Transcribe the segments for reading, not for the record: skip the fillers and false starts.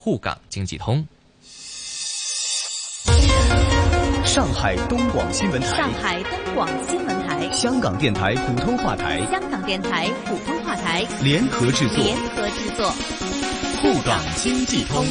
沪港经济通。 上海东广新闻台， 上海东广新闻台， 香港电台普通话台， 香港电台普通话台联合制作， 沪港经济通。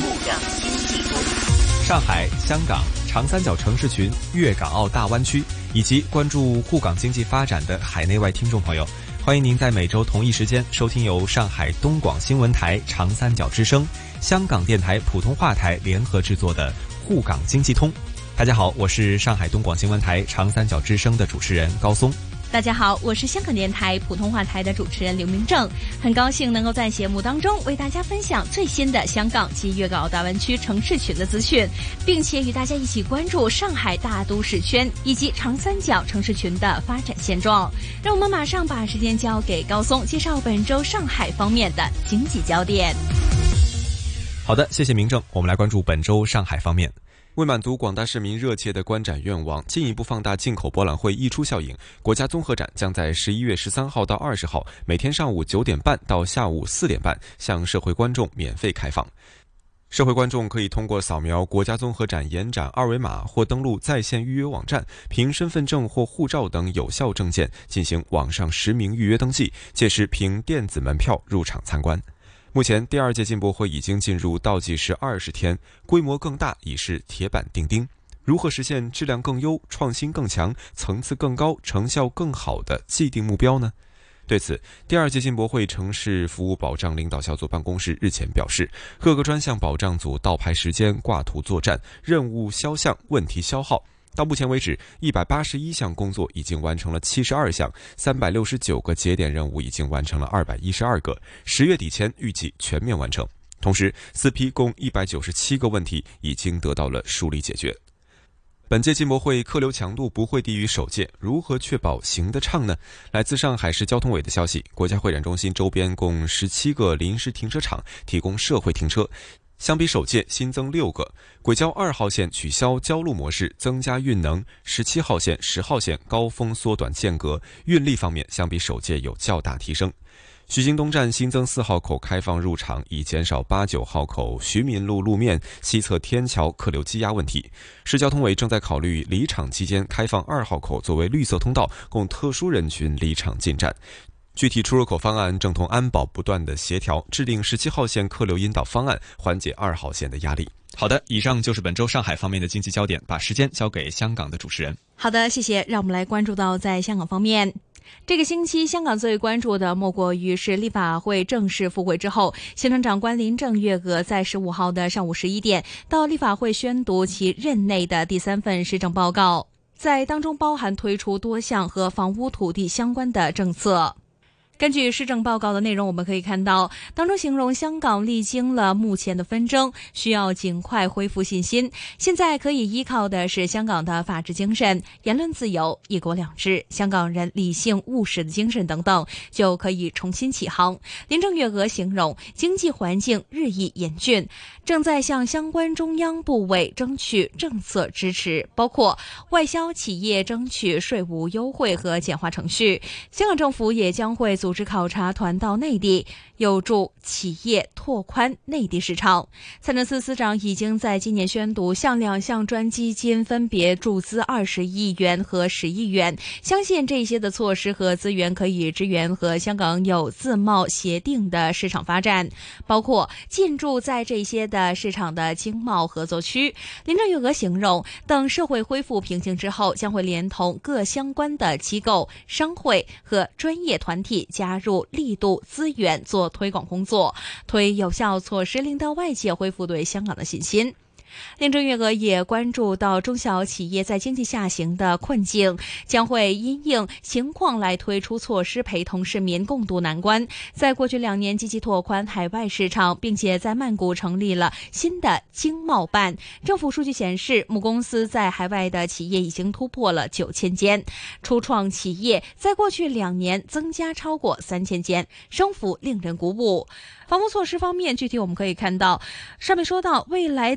上海、香港、长三角城市群、粤港澳大湾区以及关注沪港经济发展的海内外听众朋友，欢迎您在每周同一时间收听由上海东广新闻台、长三角之声、香港电台普通话台联合制作的沪港经济通。大家好，我是上海东广新闻台、长三角之声的主持人高松。 大家好，我是香港电台普通话台的主持人刘明正，很高兴能够在节目当中为大家分享最新的香港及粤港澳大湾区城市群的资讯，并且与大家一起关注上海大都市圈以及长三角城市群的发展现状。让我们马上把时间交给高松，介绍本周上海方面的经济焦点。 好的，谢谢明正。我们来关注本周上海方面。为满足广大市民热切的观展愿望，进一步放大进口博览会溢出效应，国家综合展将在11月13号到20号每天上午9点半到下午4点半向社会观众免费开放。社会观众可以通过扫描国家综合展延展二维码或登录在线预约网站，凭身份证或护照等有效证件进行网上实名预约登记，届时凭电子门票入场参观。目前第二届进博会已经进入倒计时20天，规模更大已是铁板钉钉。如何实现质量更优、创新更强、层次更高、成效更好的既定目标呢？对此，第二届进博会城市服务保障领导小组办公室日前表示，各个专项保障组倒排时间、挂图作战、任务肖像、问题消耗。到目前为止，181项工作已经完成了72项，369个节点任务已经完成了212个，10月底前预计全面完成。同时，4批共197个问题已经得到了梳理解决。本届进博会客流强度不会低于首届，如何确保行得畅呢？来自上海市交通委的消息，国家会展中心周边共17个临时停车场提供社会停车，相比首届新增6个，轨交2号线取消交路模式，增加运能，17号线、10号线高峰缩短间隔，运力方面相比首届有较大提升。徐泾东站新增4号口开放入场，以减少8、9号口徐民路路面西侧天桥客流积压问题。市交通委正在考虑离场期间开放2号口作为绿色通道，供特殊人群离场进站。具体出入口方案正同安保不断的协调，制定17号线客流引导方案，缓解2号线的压力。好的，以上就是本周上海方面的经济焦点，把时间交给香港的主持人。 好的，谢谢。让我们来关注到在香港方面。这个星期，香港最关注的莫过于是立法会正式复会之后，行政长官林郑月娥在15号的上午11点到立法会宣读其任内的第3份施政报告，在当中包含推出多项和房屋土地相关的政策。根据施政报告的内容，我们可以看到，当中形容香港历经了目前的纷争，需要尽快恢复信心。现在可以依靠的是香港的法治精神、言论自由、一国两制、香港人理性务实的精神等等，就可以重新起航。林郑月娥形容经济环境日益严峻，正在向相关中央部委争取政策支持，包括外销企业争取税务优惠和简化程序。香港政府也将会组织考察团到内地，有助企业拓宽内地市场。财政司司长已经在今年宣读向2项专基金分别注资20亿元和10亿元，相信这些的措施和资源可以支援和香港有自贸协定的市场发展，包括进驻在这些的市场的经贸合作区。林郑月娥形容，等社会恢复平静之后，将会连同各相关的机构、商会和专业团体加入力度资源做推广工作，推有效措施，令到外界恢复对香港的信心。林郑月娥也关注到中小企业在经济下行的困境，将会因应情况来推出措施，陪同市民共度难关。在过去2年积极拓宽海外市场，并且在曼谷成立了新的经贸办。政府数据显示，母公司在海外的企业已经突破了9000间，初创企业在过去2年增加超过3000间，升幅令人鼓舞。房屋措施方面，具体我们可以看到，上面说到未来的3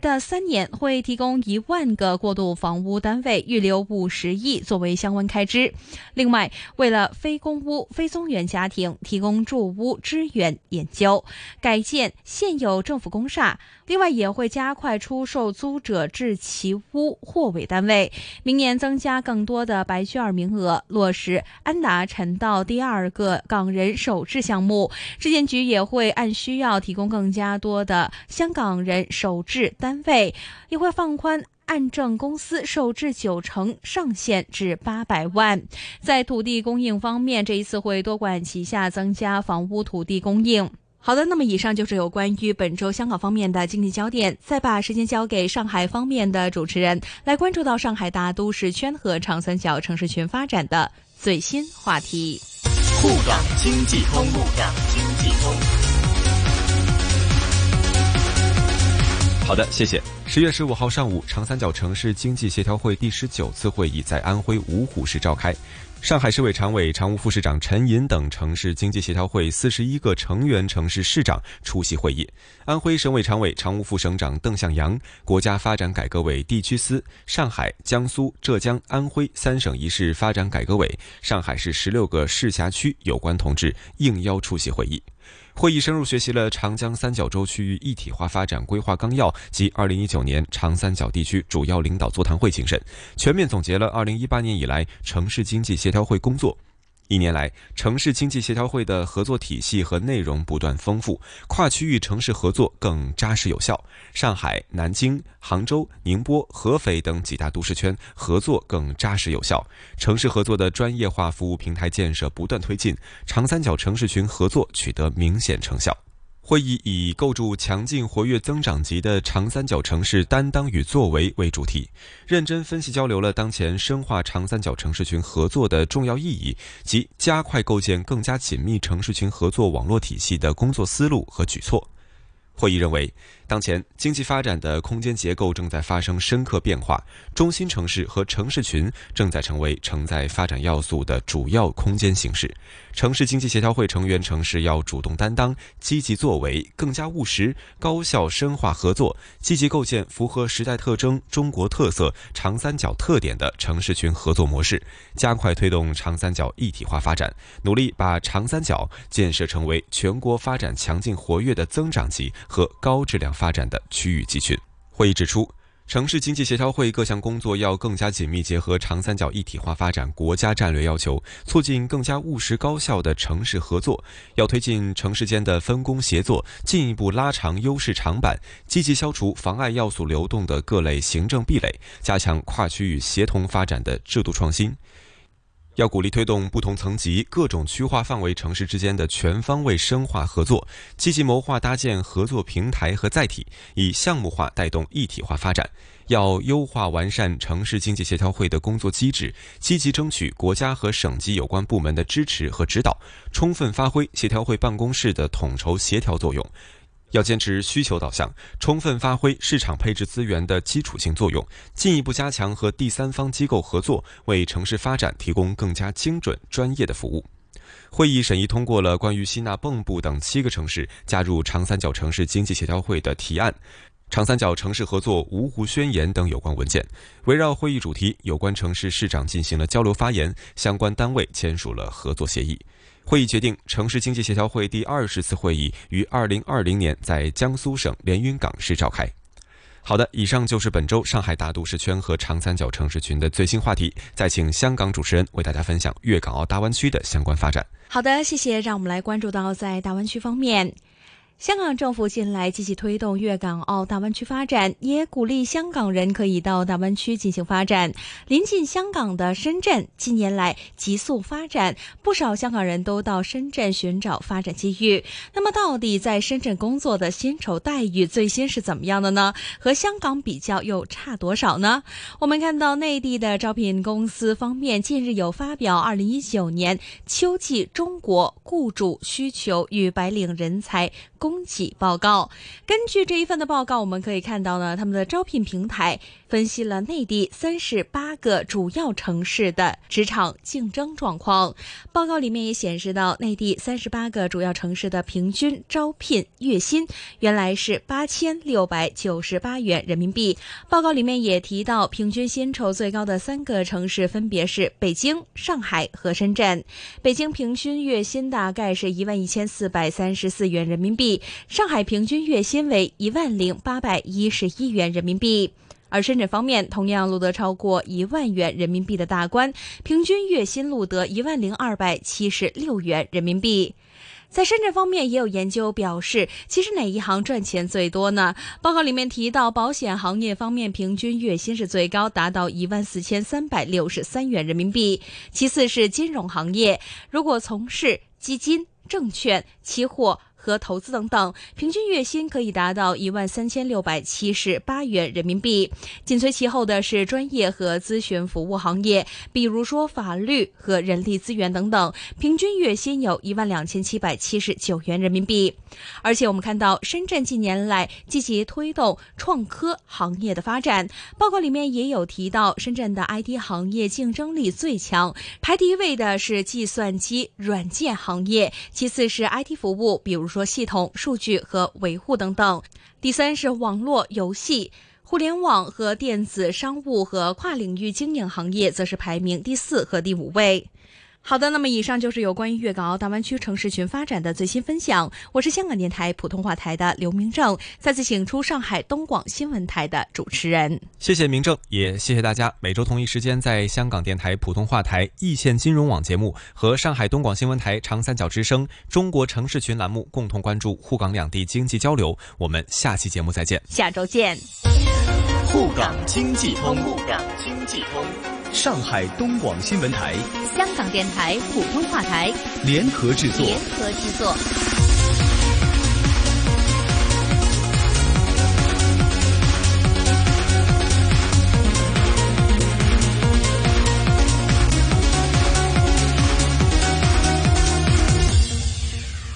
3年会提供1万个过渡房屋单位，预留50亿作为相关开支。另外，为了非公屋、非宗源家庭提供住屋支援研究，改建现有政府公厦。另外，也会加快出售租者置其屋货尾单位，明年增加更多的白居二名额，落实安达臣道第2个港人首置项目。质监局也会按需要提供更加多的香港人首置单位，也会放宽按证公司首置90%上限至800万。在土地供应方面，这一次会多管齐下，增加房屋土地供应。好的，那么以上就是有关于本周香港方面的经济焦点，再把时间交给上海方面的主持人，来关注到上海大都市圈和长三角城市群发展的最新话题。 沪港经济通，沪港经济通。 好的，谢谢。10月15号上午，长三角城市经济协调会第19次会议在安徽芜湖市召开。上海市委常委、常务副市长陈寅等城市经济协调会41个成员城市市长出席会议。安徽省委常委、常务副省长邓向阳、国家发展改革委地区司、上海、江苏、浙江、安徽3省1市发展改革委、上海市16个市辖区有关同志应邀出席会议。会议深入学习了长江三角洲区域一体化发展规划纲要及2019年长三角地区主要领导座谈会精神，全面总结了2018年以来城市经济协调会工作。1年来，城市经济协调会的合作体系和内容不断丰富，跨区域城市合作更扎实有效。上海、南京、杭州、宁波、合肥等几大都市圈合作更扎实有效，城市合作的专业化服务平台建设不断推进，长三角城市群合作取得明显成效。会议以构筑强劲活跃增长极的长三角城市担当与作为为主题，认真分析交流了当前深化长三角城市群合作的重要意义及加快构建更加紧密城市群合作网络体系的工作思路和举措。会议认为，当前经济发展的空间结构正在发生深刻变化，中心城市和城市群正在成为承载发展要素的主要空间形式。城市经济协调会成员城市要主动担当、积极作为，更加务实、高效深化合作，积极构建符合时代特征、中国特色、长三角特点的城市群合作模式，加快推动长三角一体化发展，努力把长三角建设成为全国发展强劲活跃的增长极和高质量发展的区域集群。会议指出，城市经济协调会各项工作要更加紧密结合长三角一体化发展国家战略要求，促进更加务实高效的城市合作，要推进城市间的分工协作，进一步拉长优势长板，积极消除妨碍要素流动的各类行政壁垒，加强跨区域协同发展的制度创新。要鼓励推动不同层级、各种区划范围城市之间的全方位深化合作，积极谋划搭建合作平台和载体，以项目化带动一体化发展。要优化完善城市经济协调会的工作机制，积极争取国家和省级有关部门的支持和指导，充分发挥协调会办公室的统筹协调作用。要坚持需求导向，充分发挥市场配置资源的基础性作用，进一步加强和第三方机构合作，为城市发展提供更加精准专业的服务。会议审议通过了关于吸纳蚌埠等7个城市加入长三角城市经济协调会的提案、长三角城市合作芜湖宣言等有关文件。围绕会议主题，有关城市市长进行了交流发言，相关单位签署了合作协议。会议决定，城市经济协调会第20次会议于2020年在江苏省连云港市召开。好的，以上就是本周上海大都市圈和长三角城市群的最新话题。再请香港主持人为大家分享粤港澳大湾区的相关发展。 好的，谢谢。让我们来关注到在大湾区方面。香港政府近来积极推动粤港澳大湾区发展，也鼓励香港人可以到大湾区进行发展。临近香港的深圳近年来急速发展，不少香港人都到深圳寻找发展机遇。那么到底在深圳工作的薪酬待遇最新是怎么样的呢？和香港比较又差多少呢？我们看到内地的招聘公司方面近日有发表2019年秋季中国雇主需求与白领人才供给报告。根据这一份的报告，我们可以看到呢，他们的招聘平台分析了内地38个主要城市的职场竞争状况。报告里面也显示到，内地38个主要城市的平均招聘月薪原来是8698元人民币。报告里面也提到，平均薪酬最高的3个城市分别是北京、上海和深圳。北京平均月薪大概是11434元人民币，上海平均月薪为10811元人民币。而深圳方面同样录得超过1万元人民币的大关，平均月薪录得10276元人民币。在深圳方面也有研究表示，其实哪一行赚钱最多呢？报告里面提到，保险行业方面平均月薪是最高，达到14363元人民币，其次是金融行业，如果从事基金、证券、期货和投资等等，平均月薪可以达到13678元人民币。紧随其后的是专业和咨询服务行业，比如说法律和人力资源等等，平均月薪有12779元人民币。而且我们看到，深圳近年来积极推动创科行业的发展，报告里面也有提到，深圳的 IT 行业竞争力最强，排第一位的是计算机软件行业，其次是 IT 服务，比如说系统、数据和维护等等，第三是网络游戏、互联网和电子商务和跨领域经营行业，则是排名第4和第5位。好的，那么以上就是有关于粤港澳大湾区城市群发展的最新分享。我是香港电台普通话台的刘明正，再次请出上海东广新闻台的主持人。 谢谢明正，也谢谢大家。每周同一时间在香港电台普通话台易线金融网节目和上海东广新闻台长三角之声中国城市群栏目共同关注沪港两地经济交流。我们下期节目再见， 下周见。 沪港经济通，沪港经济通。 上海东广新闻台、 香港电台普通话台联合制作。